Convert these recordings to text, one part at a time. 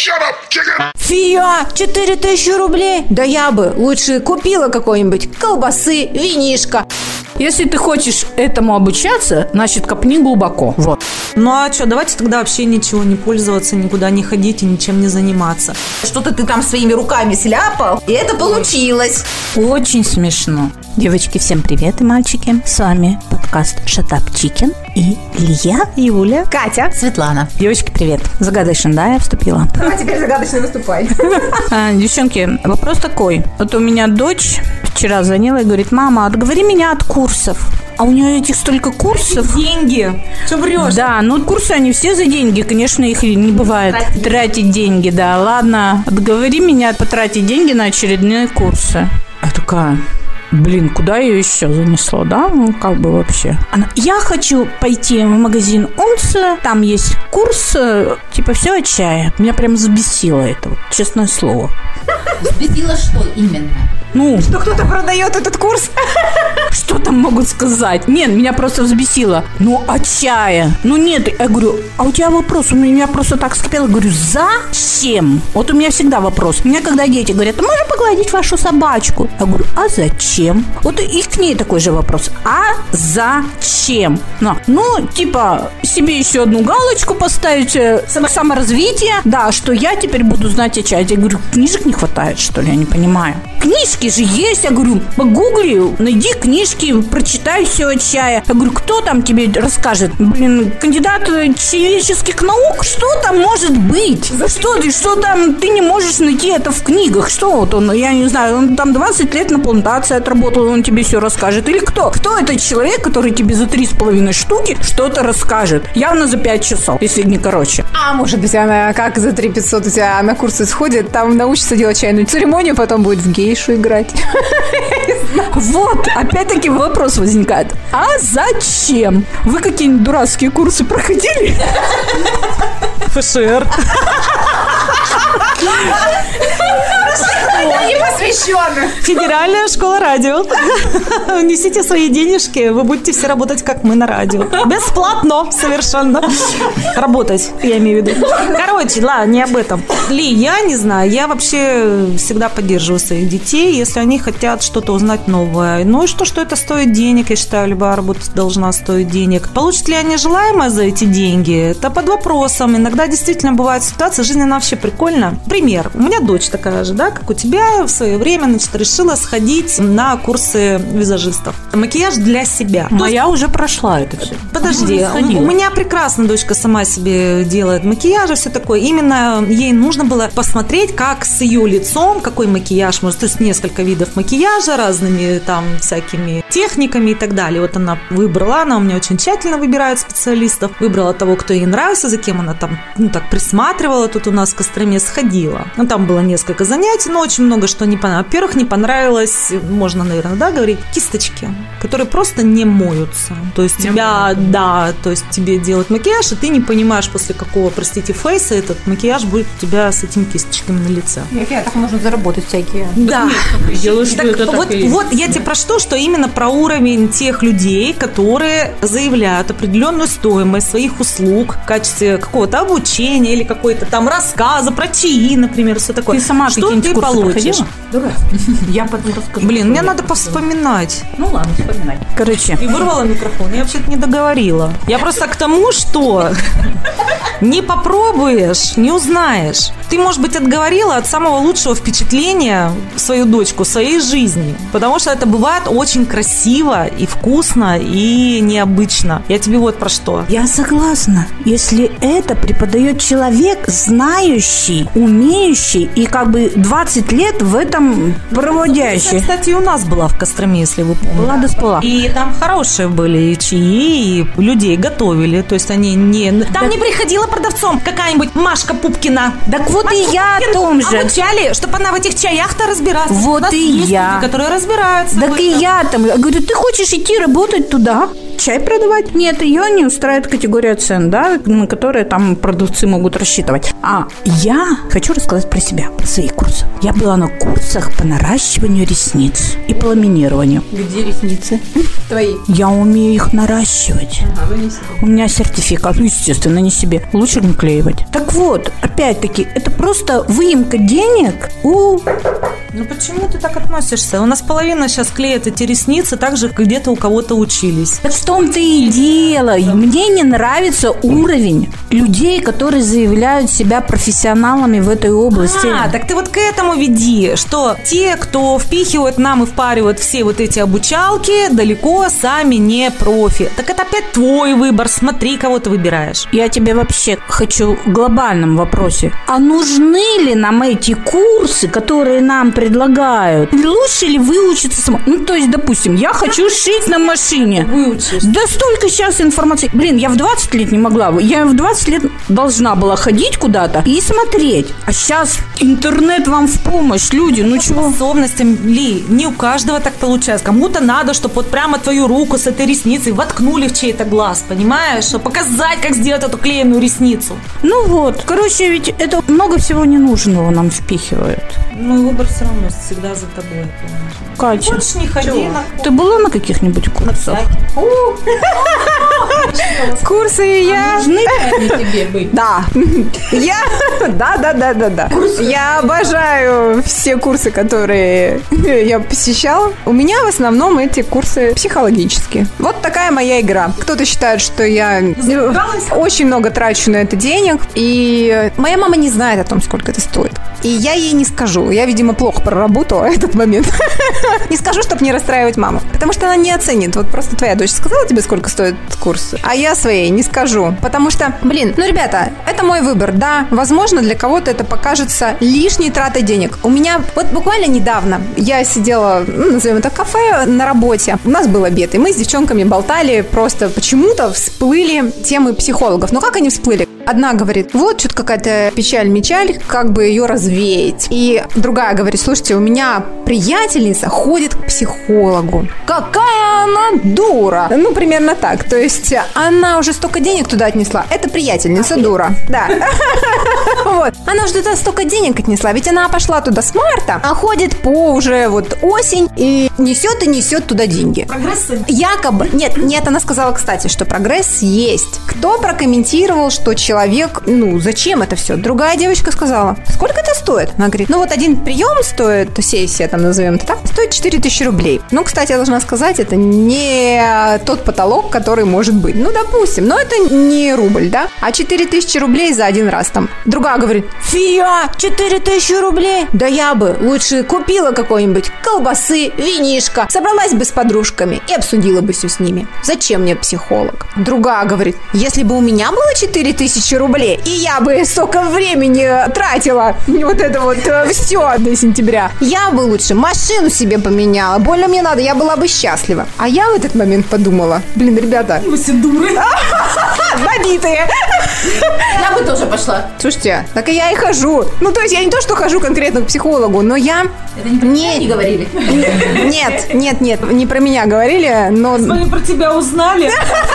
Shut up, chicken! Фия, 4000 рублей? Да я бы лучше купила какой-нибудь колбасы, винишко. Если ты хочешь этому обучаться, значит, копни глубоко. Вот. Ну а что, давайте тогда вообще ничего не пользоваться, никуда не ходить и ничем не заниматься. Что-то ты там своими руками сляпал, и это получилось. Очень смешно. Девочки, всем привет и мальчики. С вами подкаст Shut Up Chicken и Илья, Юля, Катя, Светлана. Девочки, привет. Загадочно, да, я вступила? А теперь загадочно выступай. Девчонки, вопрос такой. Вот у меня дочь вчера звонила и говорит: мама, отговори меня от курсов. А у нее этих столько курсов. Деньги. Что врешь? Да, ну курсы они все за деньги. Конечно, их не бывает. Тратить деньги, да. Ладно, отговори меня потратить деньги на очередные курсы. Я такая: блин, куда ее еще занесло, да? Ну, как бы вообще. Она: я хочу пойти в магазин Унция, там есть курс, типа все от чая. Меня прям взбесило это, вот, честное слово. Взбесило что именно? Ну, Что кто-то продает этот курс? что там могут сказать? Нет, меня просто взбесило. Ну, от чая. Ну, нет, я говорю: а у тебя вопрос? У меня просто так скипело. Говорю: зачем? Вот у меня всегда вопрос. У меня когда дети говорят: а можно погладить вашу собачку? Я говорю: а зачем? Вот и к ней такой же вопрос. А зачем? Ну, типа, себе еще одну галочку поставить, саморазвитие. Да, что я теперь буду знать о чае. Я говорю: книжек не хватает, что ли? Я не понимаю. Книжки же есть. Я говорю: погугли, найди книжки, прочитай все о чае. Я говорю: кто там тебе расскажет? Блин, кандидат чаеведческих наук? Что там может быть? Что там ты не можешь найти это в книгах? Что вот он, я не знаю, он там 20 лет на плантации отработал, он тебе все расскажет. Или кто? Кто этот человек, который тебе за 3,5 штуки что-то расскажет? Явно за 5 часов, если не короче. А может быть, она как за 3 500 у тебя на курсы сходит, там научится делать чайную церемонию, потом будет в гейшу играть. Вот, опять-таки вопрос возникает: а зачем? Вы какие-нибудь дурацкие курсы проходили? ФШР. Непосвященных. Федеральная школа радио. Несите свои денежки, вы будете все работать, как мы на радио. Бесплатно совершенно. Работать, я имею в виду. Короче, ладно, не об этом. Ли, я не знаю, я вообще всегда поддерживаю своих детей, если они хотят что-то узнать новое. Ну и что это стоит денег, я считаю, любая работа должна стоить денег. Получат ли они желаемое за эти деньги, это под вопросом. Иногда действительно бывает ситуация, жизнь она вообще прикольна. Пример, у меня дочь такая же, да, как у тебя в свое время, значит, решила сходить на курсы визажистов. Макияж для себя. Моя уже прошла это все. Подожди, у меня прекрасно дочка сама себе делает макияж и все такое. Именно ей нужно было посмотреть, как с ее лицом, какой макияж может, то есть несколько видов макияжа, разными там всякими техниками и так далее. Вот она выбрала, она у меня очень тщательно выбирает специалистов, выбрала того, кто ей нравится, за кем она там, так присматривала. Тут у нас в Костроме сходила. Ну, там было несколько занятий, но очень много что не понравилось. Во-первых, не понравилось, можно, наверное, да, говорить, кисточки, которые просто не моются. То есть то есть тебе делают макияж, и ты не понимаешь, после какого, простите, фейса этот макияж будет у тебя с этими кисточками на лице. Так можно заработать всякие. Да. Вот я тебе про что именно про уровень тех людей, которые заявляют определенную стоимость своих услуг в качестве какого-то обучения или какой-то там рассказа про чаи, например, все такое. Ты сама что ты получишь? Дурак. Я потом расскажу. Блин, мне надо повспоминать. Ну ладно, вспоминай. Короче. И вырвала микрофон. Я вообще-то не договорила. Я просто к тому, что не попробуешь, не узнаешь. Ты, может быть, отговорила от самого лучшего впечатления свою дочку, своей жизни. Потому что это бывает очень красиво и вкусно, и необычно. Я тебе вот про что. Я согласна. Если это преподает человек, знающий, умеющий и как бы 20 лет в этом проводящий. Кстати, и у нас была в Костроме, если вы помните. Была да спала. И там хорошие были и чаи, и людей готовили. То есть они не... Там не приходила продавцом какая-нибудь Машка Пупкина. Так вот Машка и я о том же. Обучали, чтобы она в этих чаях-то разбиралась. Вот и есть я. люди, которые разбираются. Так и я там. Я говорю: ты хочешь идти работать туда? чай продавать. Нет, ее не устраивает категория цен, да, на которые там продавцы могут рассчитывать. А я хочу рассказать про себя, про свои курсы. Я была на курсах по наращиванию ресниц и по ламинированию. Где ресницы? Твои. Я умею их наращивать. У меня сертификат, естественно, не себе. Лучше наклеивать. Так вот, опять-таки, это просто выемка денег у... Ну почему ты так относишься? У нас половина сейчас клеит эти ресницы так же, как где-то у кого-то учились. Так в том-то и дело. Мне не нравится уровень людей, которые заявляют себя профессионалами в этой области. Так ты вот к этому веди, что те, кто впихивают нам и впаривают все вот эти обучалки, далеко сами не профи. Так это опять твой выбор, смотри, кого ты выбираешь. Я тебе вообще хочу в глобальном вопросе. А нужны ли нам эти курсы, которые нам предлагают? Лучше ли выучиться самому? Ну, то есть, допустим, я хочу шить на машине. Выучишь. Да столько сейчас информации. Блин, я в 20 лет не могла. Я в 20 лет должна была ходить куда-то и смотреть. А сейчас интернет вам в помощь, люди. Ну чего? Способностям, Ли, не у каждого так получается. Кому-то надо, чтобы вот прямо твою руку с этой ресницей воткнули в чей-то глаз, понимаешь? Чтобы показать, как сделать эту клееную ресницу. Ну вот. Короче, ведь это много всего ненужного нам впихивают. Ну, выбор все равно всегда за тобой, понимаешь? Катя, Больше не ходи на курсы. ты была на каких-нибудь курсах? Курсы я... Нужны они тебе быть? Да. Я... Да. Я обожаю все курсы, которые я посещала. У меня в основном эти курсы психологические. Вот такая моя игра. Кто-то считает, что я очень много трачу на это денег. И моя мама не знает о том, сколько это стоит. И я ей не скажу. Я, видимо, плохо проработала этот момент. Не скажу, чтобы не расстраивать маму. Потому что она не оценит. Вот просто твоя дочь сказала тебе, сколько стоит курс, а я своей не скажу. Потому что, ребята, это мой выбор. Да, возможно, для кого-то это покажется лишней тратой денег. У меня вот буквально недавно я сидела, назовем это кафе на работе. У нас был обед, и мы с девчонками болтали. Просто почему-то всплыли темы психологов. Но как они всплыли? Одна говорит, вот, что-то какая-то печаль-мечаль, как бы ее развеять. И другая говорит, слушайте, у меня приятельница ходит к психологу. Какая она дура! Ну, примерно так. То есть, она уже столько денег туда отнесла. Это приятельница дура. Да. Вот. Она уже туда столько денег отнесла. Ведь она пошла туда с марта, а ходит по уже вот осень и несет туда деньги. Прогресс? Якобы. Нет, она сказала, кстати, что прогресс есть. Кто прокомментировал, что человек, зачем это все? Другая девочка сказала, сколько это стоит? Она говорит, вот один прием стоит, сессия, там назовем это так, стоит 4000 рублей. Кстати, я должна сказать, это не тот потолок, который может быть. Допустим, но это не рубль, да? А 4000 рублей за один раз там. Другая говорит, фия, 4000 рублей? Да я бы лучше купила какой-нибудь колбасы, винишко, собралась бы с подружками и обсудила бы все с ними. Зачем мне психолог? Другая говорит, если бы у меня было 4000 рублей, и я бы столько времени тратила вот это вот все до сентября, я бы лучше машину себе поменяла. Больно мне надо, я была бы счастлива. А я в этот момент подумала, ребята, Вы все дуры. набитые. Я бы тоже пошла. Слушайте, так и я и хожу. То есть я не то, что хожу конкретно к психологу, но я... Это не про тебя не говорили? Нет, не про меня говорили, но... Они про тебя узнали.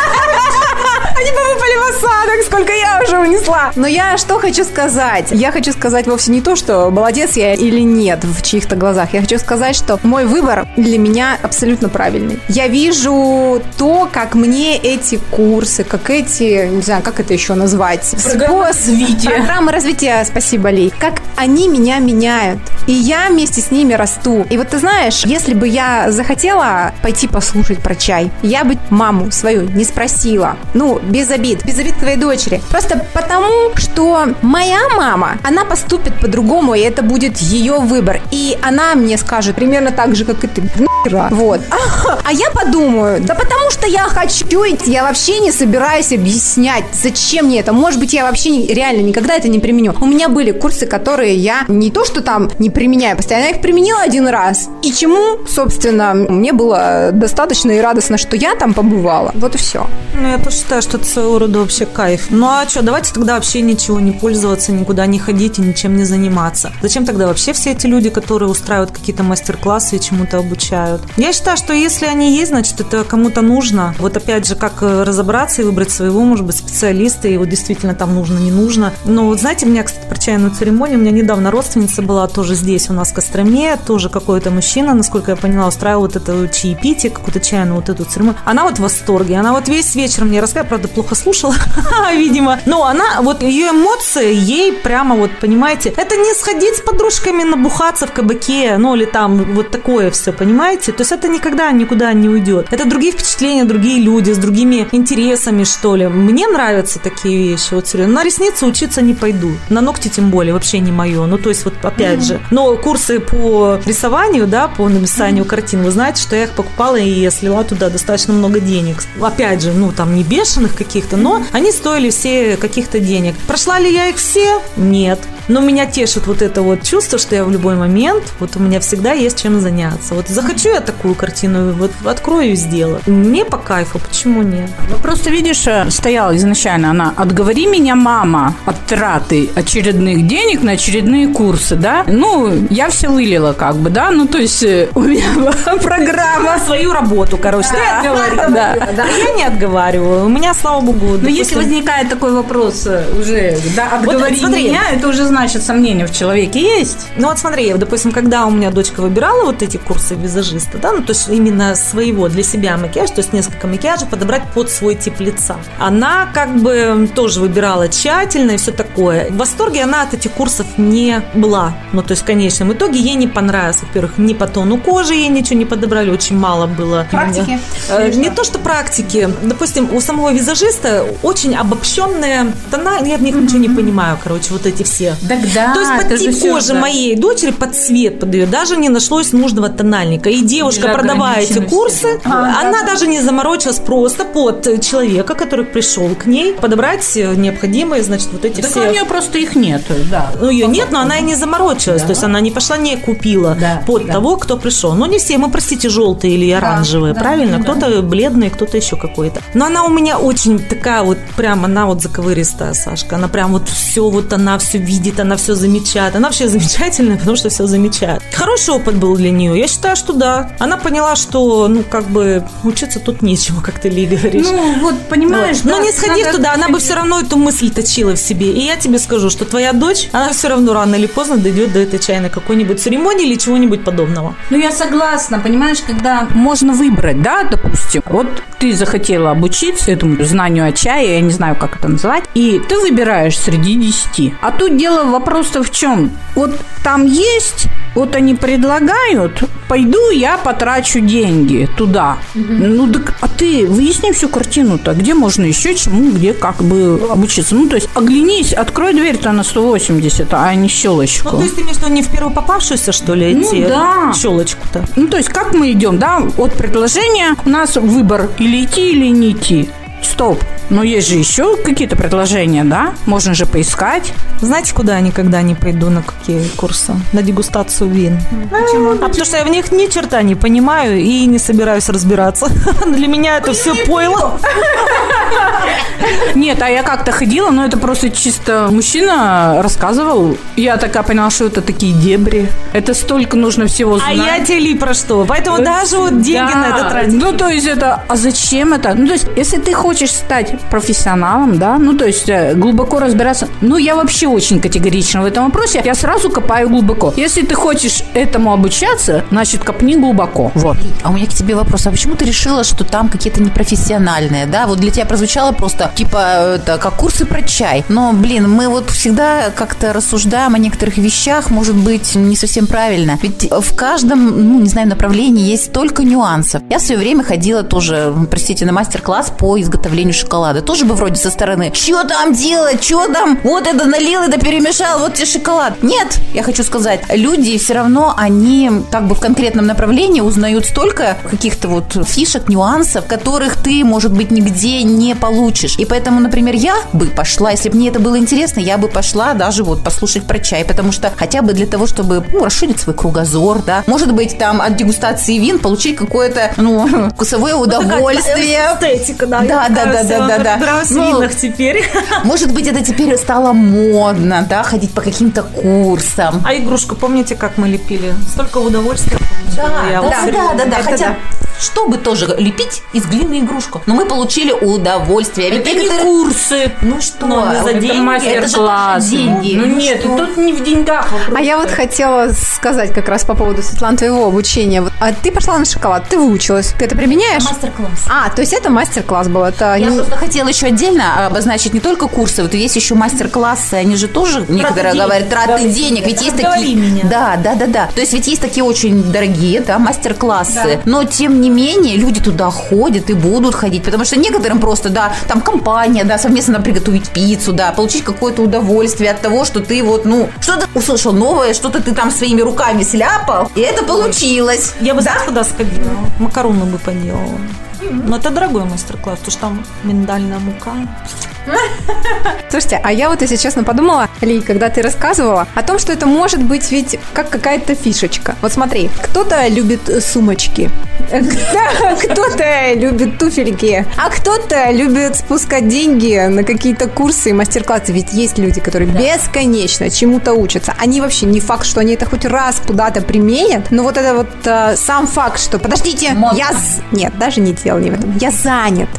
Они бы выпали в осадок, сколько я уже унесла. Но я что хочу сказать? Я хочу сказать вовсе не то, что молодец я или нет в чьих-то глазах. Я хочу сказать, что мой выбор для меня абсолютно правильный. Я вижу то, как мне эти курсы, как эти, не знаю, как это еще назвать? Программы развития, спасибо, Ли. Как они меня меняют. И я вместе с ними расту. И вот ты знаешь, если бы я захотела пойти послушать про чай, я бы маму свою не спросила. Без обид к твоей дочери. Просто потому, что моя мама, она поступит по-другому, и это будет ее выбор. И она мне скажет примерно так же, как и ты. Вот. А я подумаю, да потому что я хочу, я вообще не собираюсь объяснять, зачем мне это. Может быть, я вообще реально никогда это не применю. У меня были курсы, которые я не то, что там не применяю постоянно, я их применила один раз. И чему, собственно, мне было достаточно и радостно, что я там побывала. Вот и все. Я тоже считаю, что это своего рода вообще кайф. А что, давайте тогда вообще ничего не пользоваться, никуда не ходить и ничем не заниматься. Зачем тогда вообще все эти люди, которые устраивают какие-то мастер-классы и чему-то обучают? мешают. Я считаю, что если они есть, значит, это кому-то нужно. Вот опять же, как разобраться и выбрать своего, может быть, специалиста, и вот действительно там нужно, не нужно. Но вот знаете, у меня, кстати, про чайную церемонию, у меня недавно родственница была тоже здесь у нас в Костроме, тоже какой-то мужчина, насколько я поняла, устраивал вот это чаепитие, какую-то чайную вот эту церемонию. Она вот в восторге, она вот весь вечер мне рассказывала, правда, плохо слушала, видимо, но она, вот ее эмоции, ей прямо вот, понимаете, это не сходить с подружками набухаться в кабаке, ну или там вот такое все, понимаете, то есть это никогда никуда не уйдет. Это другие впечатления, другие люди, с другими интересами, что ли. Мне нравятся такие вещи, вот серьезно. На ресницы учиться не пойду, на ногти тем более, вообще не мое, ну то есть вот опять же, но курсы по рисованию, да, по написанию картин, вы знаете, что я их покупала и слила туда достаточно много денег. Опять же, ну там не бешеных каких-то, но они стоили все каких-то денег. Прошла ли я их все? Нет. Но меня тешит вот это вот чувство, что я в любой момент, вот у меня всегда есть чем заняться. Вот захочу я такую картину, вот открою и сделаю. Мне по кайфу, почему нет? Ну, просто, видишь, стояла изначально она: отговори меня, мама, от траты очередных денег на очередные курсы, да? Ну, я все вылила как бы, да? Ну, то есть у меня была программа. Свою работу, короче. Ты отговариваешь. Да. Я не отговариваю. У меня, слава богу. Но если возникает такой вопрос уже, да, отговори вот, меня, это уже значит сомнения в человеке есть. Ну вот смотри, допустим, когда у меня дочка выбирала вот эти курсы визажиста, да, ну то есть именно своего для себя макияж, то есть несколько макияжей подобрать под свой тип лица. Она как бы тоже выбирала тщательно и все такое. В восторге она от этих курсов не была. Ну то есть в конечном итоге ей не понравилось. Во-первых, ни по тону кожи ей ничего не подобрали, очень мало было. Практики? Не то, что практики. Допустим, у самого визажиста очень обобщенные тона, я в них ничего не понимаю, короче, вот эти все. Да, то есть под тип кожи моей дочери, под цвет под ее, даже не нашлось нужного тональника. И девушка, продавая эти курсы, она даже не заморочилась, просто под человека, который пришел к ней, подобрать необходимые, значит, вот эти все. У нее просто их нет, да. Ну, ее нет, но она и не заморочилась. То есть она не пошла, не купила под того, кто пришел. Ну, не все, мы, простите, желтые или оранжевые, правильно? Кто-то бледный, кто-то еще какой-то. Но она у меня очень такая вот, прям, она вот заковыристая, Сашка. Она прям вот все, вот она все видит, она все замечает. Она вообще замечательная, потому что все замечает. Хороший опыт был для нее. Я считаю, что да. Она поняла, что, ну, как бы, учиться тут нечего, как ты, Ли, говоришь. Ну, вот, понимаешь, вот. Но не сходив туда, она бы все равно эту мысль точила в себе. И я тебе скажу, что твоя дочь, она все равно рано или поздно дойдет до этой чайной какой-нибудь церемонии или чего-нибудь подобного. Ну, я согласна, понимаешь, когда можно выбрать, да, допустим, вот ты захотела обучиться этому знанию о чае, я не знаю, как это называть, и ты выбираешь среди 10. А тут дело вопрос-то в чем? Вот там есть, вот они предлагают, пойду я потрачу деньги туда. Ну, так, а ты выясни всю картину-то, где можно еще чему, где как бы обучиться. Ну, то есть оглянись, открой дверь-то на 180, а не щелочку. Ну, то есть ты имеешь в виду не в первую попавшуюся, что ли, идти? Ну, да. Щелочку-то. Ну, то есть как мы идем, да, от предложения у нас выбор или идти, или не идти. Стоп. Но есть же еще какие-то предложения, да? Можно же поискать. Знаете, куда я никогда не пойду, на какие курсы? На дегустацию вин. Почему? Потому что я в них ни черта не понимаю и не собираюсь разбираться. Для меня это все пойло. Нет, а я как-то ходила, но это просто чисто мужчина рассказывал. Я такая поняла, что это такие дебри. Это столько нужно всего знать. А я тебе, Ли, про что? Поэтому даже вот деньги на это тратить. Ну, то есть это... А зачем это? Ну, то есть, если ты хочешь стать профессионалом, да, ну, то есть глубоко разбираться. Ну, я вообще очень категорична в этом вопросе. Я сразу копаю глубоко. Если ты хочешь этому обучаться, значит, копни глубоко. Вот. А у меня к тебе вопрос. А почему ты решила, что там какие-то непрофессиональные, да? Вот для тебя прозвучало просто, типа, это как курсы про чай. Но, блин, мы вот всегда как-то рассуждаем о некоторых вещах, может быть, не совсем правильно. Ведь в каждом, ну, не знаю, направлении есть столько нюансов. Я в свое время ходила тоже, простите, на мастер-класс по изготовлению шоколада. Тоже бы вроде со стороны, что там делать, что там, вот это налил, это перемешал, вот тебе шоколад. Нет, я хочу сказать, люди все равно, они как бы в конкретном направлении узнают столько каких-то вот фишек, нюансов, которых ты, может быть, нигде не не получишь. И поэтому, например, я бы пошла, если бы мне это было интересно, я бы пошла даже вот послушать про чай, потому что хотя бы для того, чтобы расширить свой кругозор, да, может быть, там от дегустации вин получить какое-то, вкусовое удовольствие. Эстетика, да. Да. В винах теперь. Может быть, это теперь стало модно, да, ходить по каким-то курсам. А игрушку, помните, как мы лепили? Столько удовольствия получила. Да. Хотя, чтобы тоже лепить из глины игрушку. Но мы получили удовольствие. Это не курсы. Ну что? Это мастер-класс. Деньги. Ну нет, тут не в деньгах вопрос. А я вот хотела сказать как раз по поводу, Светлана, твоего обучения. А ты пошла на шоколад, ты выучилась. Ты это применяешь? Мастер-класс. То есть это мастер-класс был. Это Я просто хотела еще отдельно обозначить не только курсы. Вот есть еще мастер-классы. Они же тоже, некоторые говорят, траты денег. Ведь есть такие... Да. То есть ведь есть такие очень дорогие, да, мастер-классы. Но тем не менее люди туда ходят и будут ходить. Потому что некоторым просто, да, там компания, да, совместно надо приготовить пиццу, да, получить какое-то удовольствие от того, что ты вот, что-то услышал новое, что-то ты там своими руками сляпал, и это получилось. Я бы, знаешь, куда сходила? Макароны бы поделала. Но это дорогой мастер-класс, потому что там миндальная мука. Слушайте, а я вот, если честно, подумала, Ли, когда ты рассказывала о том, что это может быть ведь как какая-то фишечка. Вот смотри, кто-то любит сумочки, кто-то любит туфельки, а кто-то любит спускать деньги на какие-то курсы и мастер-классы. Ведь есть люди, которые бесконечно чему-то учатся. Они вообще не факт, что они это хоть раз куда-то применят, но вот это вот сам факт, что подождите, нет, даже не дело не в этом. Я занят.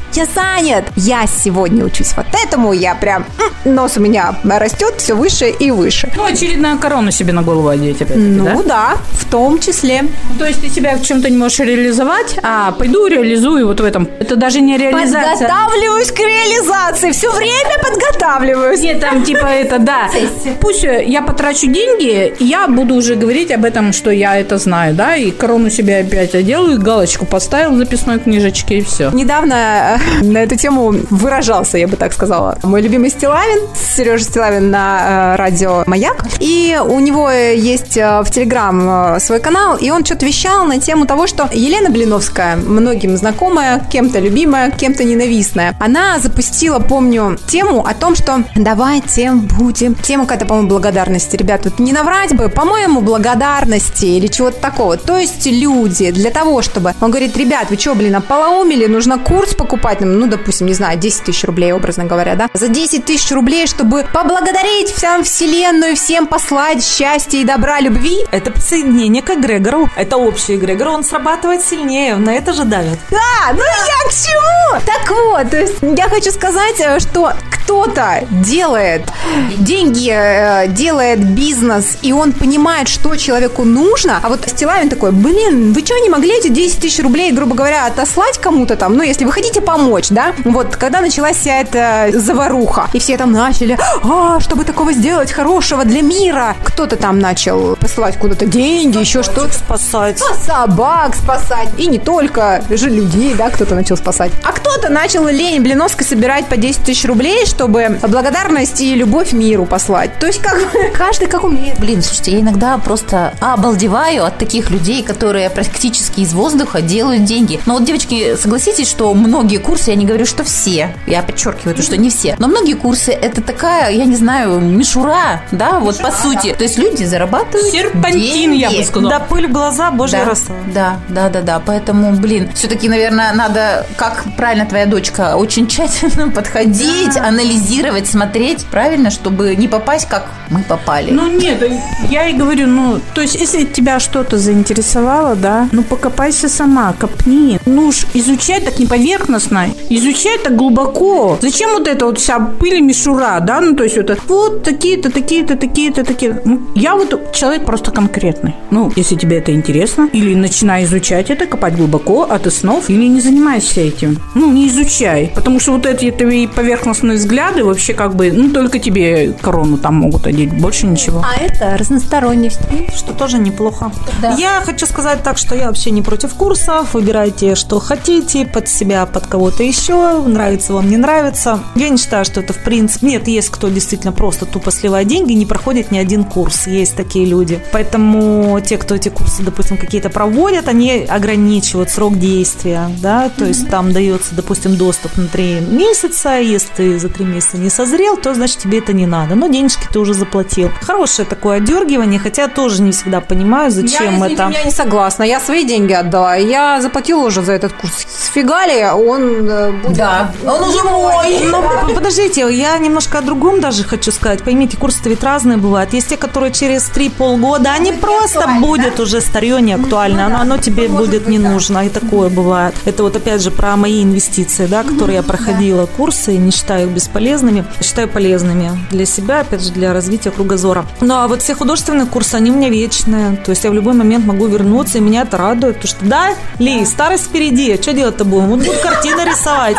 Я сегодня учусь вот этому, я прям нос у меня растет все выше и выше. Очередную корону себе на голову одеть опять. Да, в том числе. То есть ты себя в чем-то не можешь реализовать, а пойду реализую вот в этом. Это даже не реализация. Подготавливаюсь к реализации, все время подготавливаюсь. Нет, там типа это, да. Пусть я потрачу деньги, и я буду уже говорить об этом, что я это знаю, да, и корону себе опять одел, и галочку поставил в записной книжечке, и все. Недавно на эту тему выражался, я бы так сказала, мой любимый Стилавин, Сережа Стилавин на радио «Маяк». И у него есть в Телеграм свой канал, и он что-то вещал на тему того, что Елена Блиновская, многим знакомая, кем-то любимая, кем-то ненавистная, она запустила, помню, тему о том, что давайте будем... Тема какая-то, по-моему, благодарности. Ребят, вот не наврать бы, по-моему, благодарности или чего-то такого. То есть люди для того, чтобы... Он говорит, ребят, вы что, ополоумели? Нужно курс покупать, допустим, не знаю, 10 тысяч рублей, образно говоря, да? За 10 тысяч рублей, чтобы поблагодарить всем вселенную, всем послать счастья и добра, любви. Это подсоединение к эгрегору. Это общий эгрегор, он срабатывает сильнее, на это же давит. Да, я к чему? Так вот, то есть я хочу сказать, что кто-то делает деньги, делает бизнес, и он понимает, что человеку нужно, а вот Стилавин такой, вы что, не могли эти 10 тысяч рублей, грубо говоря, отослать кому-то там, если вы хотите помочь, да? Вот, когда началась вся эта заваруха, и все там начали, чтобы такого сделать хорошего для мира, кто-то там начал посылать куда-то деньги, еще что-то. Спасать. Собак спасать. И не только же людей, да, кто-то начал спасать. А кто-то начал Лене Блиновской собирать по 10 тысяч рублей, чтобы благодарность и любовь миру послать. То есть, каждый как умеет. Слушайте, я иногда просто обалдеваю от таких людей, которые практически из воздуха делают деньги. Но вот, девочки, согласитесь, что многие курсы, я не говорю, что все, я подчеркиваю, что не все, но многие курсы это такая, я не знаю, мишура, да, вот по сути. То есть люди зарабатывают серпантин, я бы сказала. Да, пыль в глаза, божья роса. Да. Поэтому, все-таки, наверное, надо, как правильно твоя дочка, очень тщательно подходить, анализировать, смотреть, правильно, чтобы не попасть, как мы попали. Нет, я и говорю, то есть, если тебя что-то заинтересовало, да, покопайся сама, копни. Уж изучай так не поверхностно, изучай так глубоко. Зачем вот это вот вся пыль и мишура, да, то есть вот такие-то. Я вот человек просто конкретный. Если тебе это интересно, или начинай изучать это, копать глубоко от основ, или не занимайся этим. Не изучай, потому что вот эти твои поверхностные взгляды вообще только тебе корону там могут одеть, больше ничего. А это разносторонность. Что тоже неплохо. Да. Я хочу сказать так, что я вообще не против курсов. Выбирайте, что хотите, под себя, под кого-то еще. Нравится вам, не нравится. Я не считаю, что это в принципе... Нет, есть кто действительно просто тупо сливает деньги, не проходит ни один курс. Есть такие люди. Поэтому те, кто эти курсы, допустим, какие-то проводят, они ограничивают срок действия, да, то есть там дается, допустим, доступ на 3 месяца. Если ты за 3 месяца не созрел, то, значит, тебе это не надо. Но денежки ты уже заплатил. Хорошее такое отдергивание, хотя тоже не всегда понимаю, зачем это. Я не согласна. Я свои деньги отдала. Я заплатила уже за этот курс. Сфига ли он будет... Да, он уже мой. Но подождите, я немножко о другом даже хочу сказать. Поймите, курсы-то ведь разные бывают. Есть те, которые через 3 полгода, они просто будет уже старье, не актуально. Оно тебе будет не нужно. И такое бывает. Это вот опять же про мои инвестиции, да, которые я проходила курсы, и не считаю их бесполезными. Считаю полезными для себя, опять же, для развития кругозора. Ну, а вот все художественные курсы, они у меня вечные. То есть я в любой момент могу вернуться, и меня это радует. Потому что, да, Ли, старость впереди. Что делать-то будем? Вот будут картины рисовать.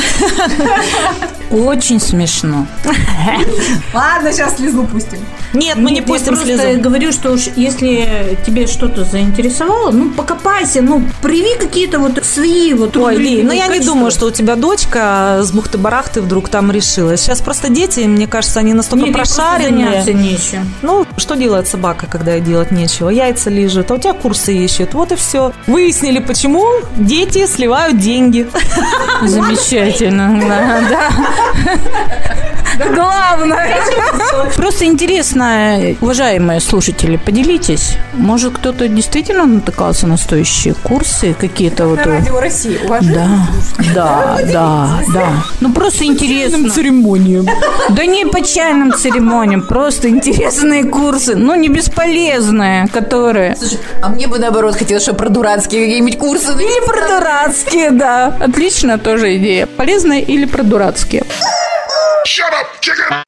Очень смешно. Ладно, сейчас слезу пустим. Нет, мы не пустим слезу. Я говорю, что уж если тебе что-то заинтересовало, ну, покопайся, ну, приведи какие-то вот свои вот... Ой, Ли, ну я не думаю, что у тебя дочка с бухты-барахты вдруг там решилась. Сейчас просто дети, мне кажется, они настолько прошаренные. Нечем. Ну, что делает собака, когда ей делать нечего? Яйца лижет, а у тебя курсы ищет. Вот и все. Выяснили, почему дети сливают деньги. Замечательно, да. Главное. Просто интересно, уважаемые слушатели, поделитесь. Может, кто-то действительно натыкался на стоящие курсы какие-то вот... Радио России. Да. Ну, просто интересно. Церемониям. Да не по чайным церемониям, просто интересные курсы, но не бесполезные, которые... Слушай, а мне бы наоборот хотелось, чтобы про дурацкие какие-нибудь курсы. Или про дурацкие, да. Отличная тоже идея. Полезная или про дурацкие. Shut up, chicken!